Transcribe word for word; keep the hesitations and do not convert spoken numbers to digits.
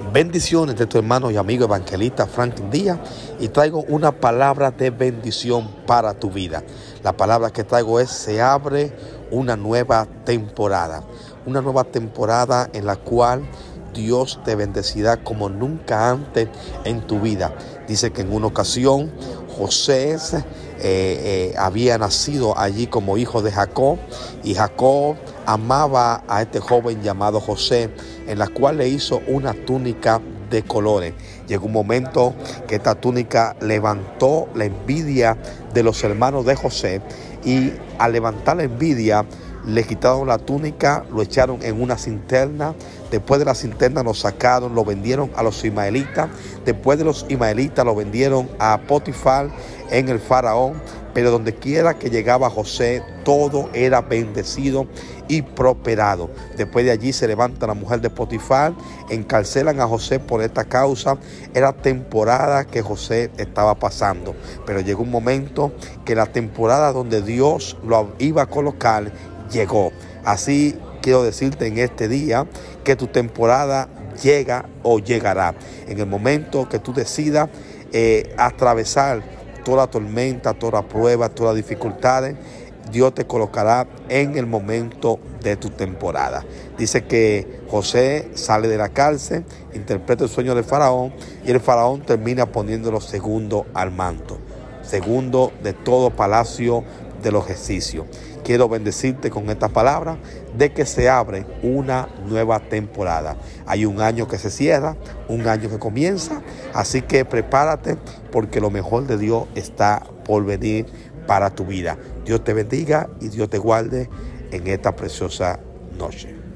Bendiciones de tu hermano y amigo evangelista Franklin Díaz, y traigo una palabra de bendición para tu vida. La palabra que traigo es: se abre una nueva temporada, una nueva temporada en la cual Dios te bendecirá como nunca antes en tu vida. Dice que en una ocasión José eh, eh, había nacido allí como hijo de Jacob, y Jacob amaba a este joven llamado José, en la cual le hizo una túnica de colores. Llegó un momento que esta túnica levantó la envidia de los hermanos de José, y al levantar la envidia le quitaron la túnica, lo echaron en una cisterna. Después de la cisterna lo sacaron, lo vendieron a los ismaelitas. Después de los ismaelitas lo vendieron a Potifar en el faraón. Pero donde quiera que llegaba José, todo era bendecido y prosperado. Después de allí se levanta la mujer de Potifar, encarcelan a José por esta causa. Era temporada que José estaba pasando, pero llegó un momento que la temporada donde Dios lo iba a colocar llegó. Así quiero decirte en este día que tu temporada llega o llegará. En el momento que tú decidas eh, atravesar toda tormenta, toda prueba, todas dificultades, Dios te colocará en el momento de tu temporada. Dice que José sale de la cárcel, interpreta el sueño del faraón, y el faraón termina poniéndolo segundo al mando, segundo de todo palacio de los egipcios. Quiero bendecirte con esta palabra de que se abre una nueva temporada. Hay un año que se cierra, un año que comienza, así que prepárate, porque lo mejor de Dios está por venir para tu vida. Dios te bendiga y Dios te guarde en esta preciosa noche.